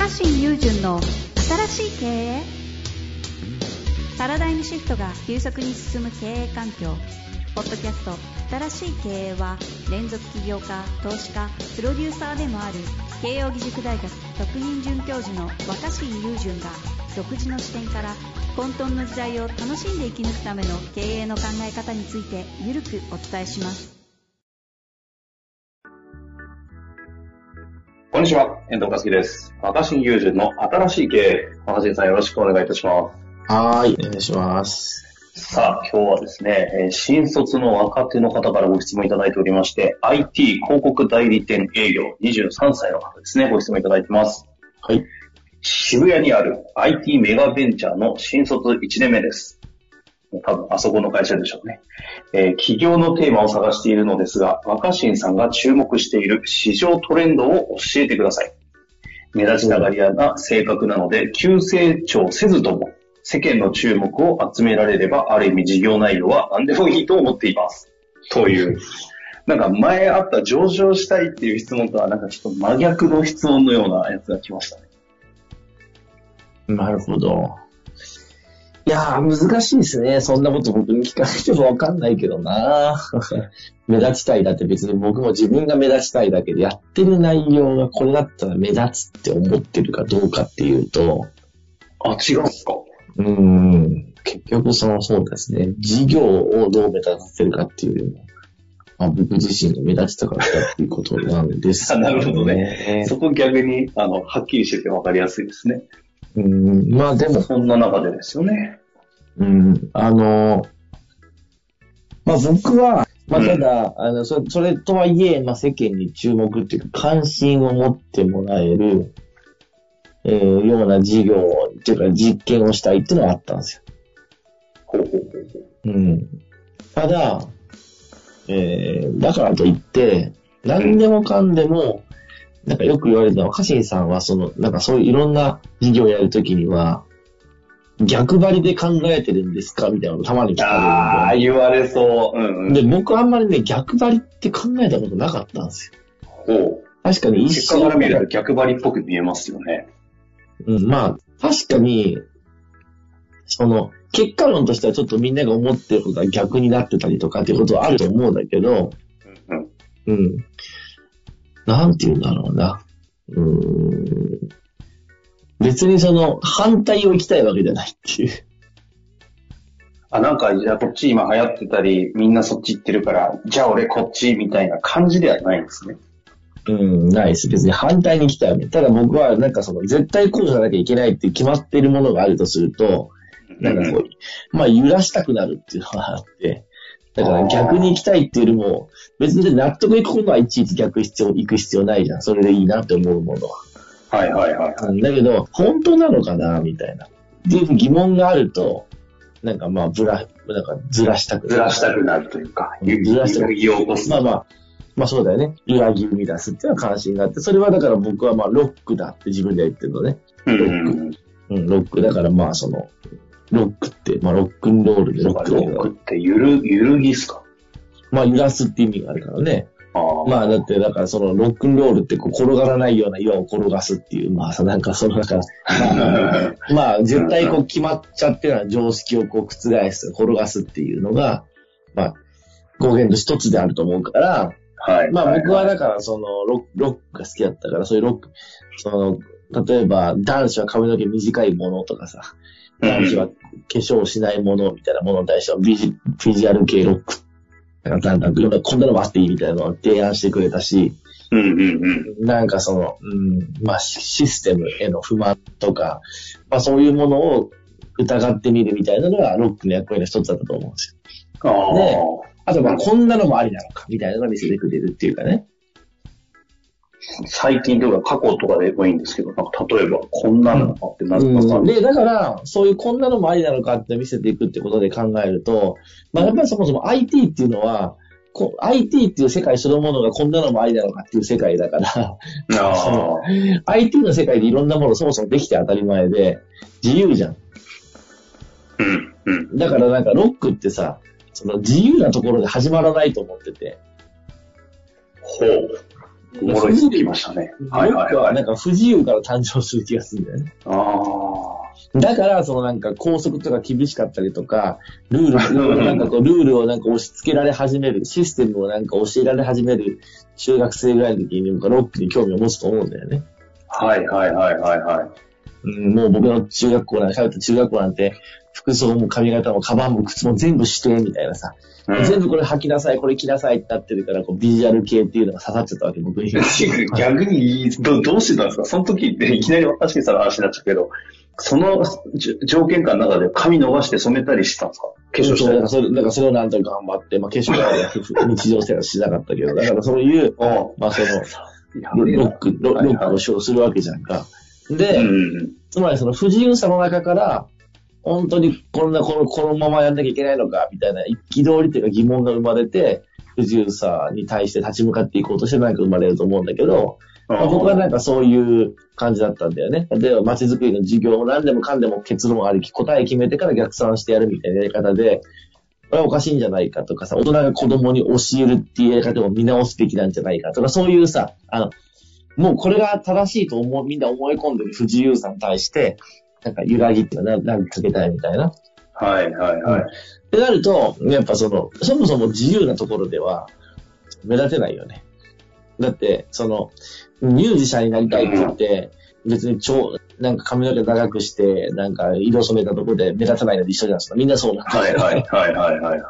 新雄純の新しい経営。パラダイムシフトが急速に進む経営環境。ポッドキャスト新しい経営は、連続起業家、投資家、プロデューサーでもある慶應義塾大学特任准教授の若新雄純が、独自の視点から混沌の時代を楽しんで生き抜くための経営の考え方についてゆるくお伝えします。 こんにちは、遠藤和樹です。若新雄純の新しい経営。若新さん、よろしくお願いいたします。 はい、お願いします。 さあ、今日はですね、新卒の若手の方からご質問いただいておりまして、IT 広告代理店営業23歳の方ですね、ご質問いただいてます。 はい。 渋谷にある IT メガベンチャーの新卒1年目です。多分あそこの会社でしょうね。企業のテーマを探しているのですが、若新さんが注目している市場トレンドを教えてください。目立ちたがり屋な性格なので、急成長せずとも世間の注目を集められれば、ある意味事業内容は何でもいいと思っています。という、なんか前あった上場したいっていう質問とはなんかちょっと真逆の質問のようなやつが来ましたね。 なるほど。いやー、難しいですね。そんなこと僕に聞かれてもわかんないけどな目立ちたいだって別に僕も自分が目立ちたいだけで、やってる内容がこれだったら目立つって思ってるかどうかっていうと、 あ、違うんですか？ 結局そうですね。事業をどう目立たせるかっていう、僕自身が目立ちたかったっていうことなんですね。なるほどね。そこ逆に、はっきりしててわかりやすいですね。 まあでも。 そんな中でですよね。 僕は、ただ、それとはいえ、世間に注目っていうか、関心を持ってもらえる、ような事業っていうか、実験をしたいっていうのはあったんですよ。ただ、だからといって、何でもかんでも、なんかよく言われるのは、若新さんはなんかそういういろんな事業をやるときには、逆張りで考えてるんですかみたいなのたまに聞かれるんで。 ああ、言われそう。 で、僕あんまりね、逆張りって考えたことなかったんですよ。 確かに一瞬から見ると逆張りっぽく見えますよね。 確かに、結果論としてはちょっとみんなが思ってることが逆になってたりとかっていうことはあると思うんだけど、なんて言うんだろうな。別に反対を行きたいわけじゃないっていう。 なんか、じゃあこっち今流行ってたり、みんなそっち行ってるから、じゃあ俺こっちみたいな感じではないんですね。 ないです。別に反対に行きたいわけ。ただ僕はなんか絶対こうじゃなきゃいけないって決まっているものがあるとすると、なんか揺らしたくなるっていうのがあって、だから逆に行きたいっていうよりも、別に納得いくことはいちいち行く必要ないじゃん。それでいいなって思うものは。だけど、本当なのかなみたいな。っていう疑問があると、なんかずらしたくなる。 ずらしたくなるというか、 ずらしたく揺らぎを起こす。 そうだよね。揺らぎを生み出すっていうのは関心があって、それはだから僕はロックだって自分で言ってるのね。ロック。だからロックって、ロックンロールでロックって揺るぎっすか？ 揺らすって意味があるからね。だって、ロックンロールって転がらないような岩を転がすっていう、絶対決まっちゃってるような常識を覆す、転がすっていうのが、語源の一つであると思うから、僕はだからロックが好きだったから、そういうロック、例えば男子は髪の毛短いものとかさ、男子は化粧しないものみたいなものに対してはフィジュアル系ロック。だんだんこんなのもあっていいみたいなのを提案してくれたし、なんかシステムへの不満とか、そういうものを疑ってみるみたいなのがロックの役割の一つだったと思うんですよ。で、あとこんなのもありなのかみたいなのが見せてくれるっていうかね。 最近というか過去とかでもいいんですけど、なんか例えばこんなのもあってなるのか。 で、だからそういうこんなのもありなのかって見せていくってことで考えると、やっぱりそもそも IT っていうのは、IT っていう世界そのものがこんなのもありなのかっていう世界だから、IT の世界でいろんなものそもそもできて当たり前で、自由じゃん。だからなんかロックってさ、自由なところで始まらないと思ってて。 おもろいって言いましたね。 はいはいはい。なんか不自由から誕生する気がするんだよね。だから、そのなんか校則とか厳しかったりとか、ルールをなんか押し付けられ始める、システムをなんか教えられ始める中学生ぐらいの時にロックに興味を持つと思うんだよね。 はいはいはいはいはい。 もう僕の中学校なんて、服装も髪型もカバンも靴も全部指定みたいなさ、全部これ履きなさい、これ着なさいってなってるから、こうビジュアル系っていうのが刺さっちゃったわけ、僕に。 逆にどうしてたんですか？その時っていきなり若新さんの話になっちゃうけど、その条件下の中で髪伸ばして染めたりしてたんですか？化粧したり。 だからそれをなんとか頑張って、化粧は日常生活しなかったけど、だからそういう、ロックをするわけじゃんか。で、つまりその不自由さの中から、本当にこのままやんなきゃいけないのか、みたいな憤りというか疑問が生まれて、不自由さに対して立ち向かっていこうとしてなんか生まれると思うんだけど、僕はなんかそういう感じだったんだよね。例えば街づくりの授業を何でもかんでも結論ありき、答え決めてから逆算してやるみたいなやり方で、これはおかしいんじゃないかとかさ、大人が子供に教えるっていうやり方を見直すべきなんじゃないかとか、そういうさ、もうこれが正しいとみんな思い込んでる不自由さに対して、なんか揺らぎっていうのはなんかかけたいみたいな。 はいはいはい。 ってなると、やっぱそもそも自由なところでは目立てないよね。だって、ミュージシャンになりたいって言って、別になんか髪の毛長くして、なんか色染めたところで目立たないので一緒じゃないですか。みんなそうなんだ。 はいはいはいはいはい。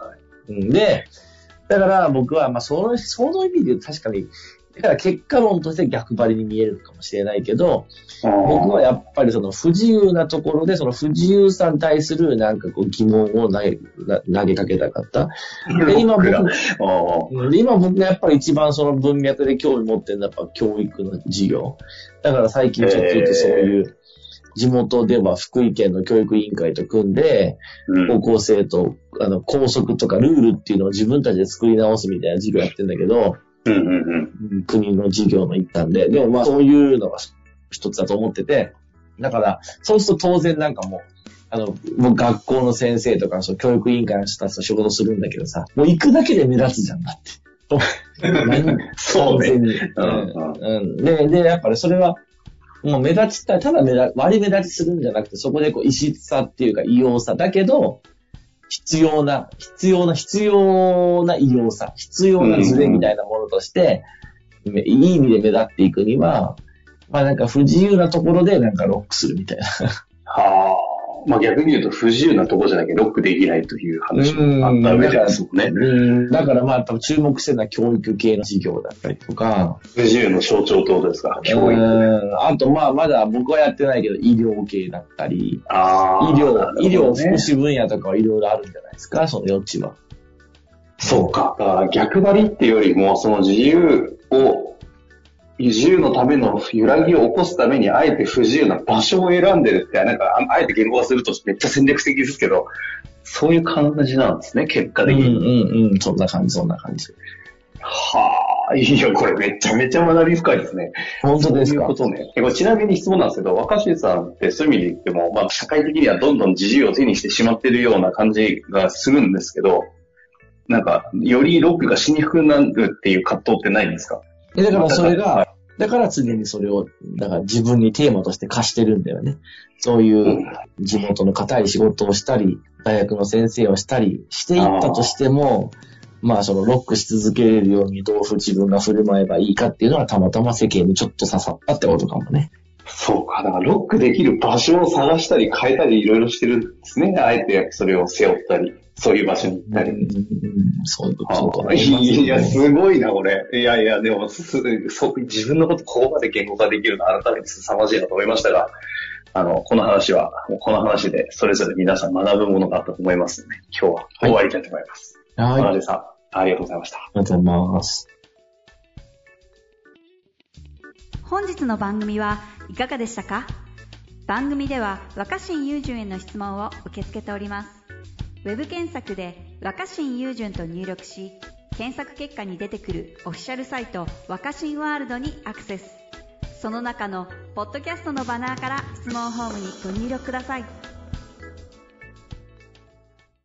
で、だから僕は、その意味で言うと確かに、だから結果論として逆張りに見えるかもしれないけど、僕はやっぱりその不自由なところで、その不自由さに対するなんかこう疑問を投げかけたかった。で、今僕がやっぱり一番その文脈で興味持ってるのはやっぱ教育の授業。だから最近ちょっとそういう地元では福井県の教育委員会と組んで、高校生と校則とかルールっていうのを自分たちで作り直すみたいな授業やってるんだけど、国の授業の一環で。でもそういうのが一つだと思ってて、だから、そうすると当然なんかもう学校の先生とか、教育委員会の人たちと仕事するんだけどさ、もう行くだけで目立つじゃんだって。 そうね。 で、やっぱりそれは、もう目立ちたい、ただ割り目立ちするんじゃなくて、そこでこう異質さっていうか異様さだけど、必要な異様さ、必要なズレみたいなものとして、いい意味で目立っていくには、なんか不自由なところでなんかロックするみたいな。 はあ。逆に言うと不自由なところじゃなきゃロックできないという話もあった上でですもんね。 だから多分注目してるのは教育系の授業だったりとか。 不自由の象徴ってことですか？教育。 あとまだ僕はやってないけど医療系だったり。医療、福祉分野とかはいろいろあるんじゃないですか、その余地は。 そうか。だから逆張りっていうよりも、その自由のための揺らぎを起こすために、あえて不自由な場所を選んでるって、なんか、あえて言語化するとめっちゃ戦略的ですけど、そういう感じなんですね、結果的に。 そんな感じ。 はあ、いいよ、これめちゃめちゃ学び深いですね。 本当ですか？ そういうことね。ちなみに質問なんですけど、若新さんってそういう意味で言っても、社会的にはどんどん自由を手にしてしまってるような感じがするんですけど、なんか、よりロックがしにくくなるっていう葛藤ってないんですか？ だからそれが、だから常にそれを、だから自分にテーマとして課してるんだよね。そういう地元の固い仕事をしたり、大学の先生をしたりしていったとしても、そのロックし続けれるようにどう自分が振る舞えばいいかっていうのはたまたま世間にちょっと刺さったってことかもね。 そうか。だからロックできる場所を探したり変えたりいろいろしてるんですね。あえてそれを背負ったり。そういう場所に行ったり。 そういうこと。 いや、すごいな、これ。いや、でも、自分のことここまで言語化できるのは改めて凄まじいなと思いましたが、この話でそれぞれ皆さん学ぶものがあったと思いますので、今日は終わりたいと思います。はい。真鍋さん、ありがとうございました。 ありがとうございます。 本日の番組はいかがでしたか？番組では若新雄純への質問を受け付けております。ウェブ検索で若新雄純と入力し、検索結果に出てくるオフィシャルサイト若新ワールドにアクセス。その中のポッドキャストのバナーから質問フォームにご入力ください。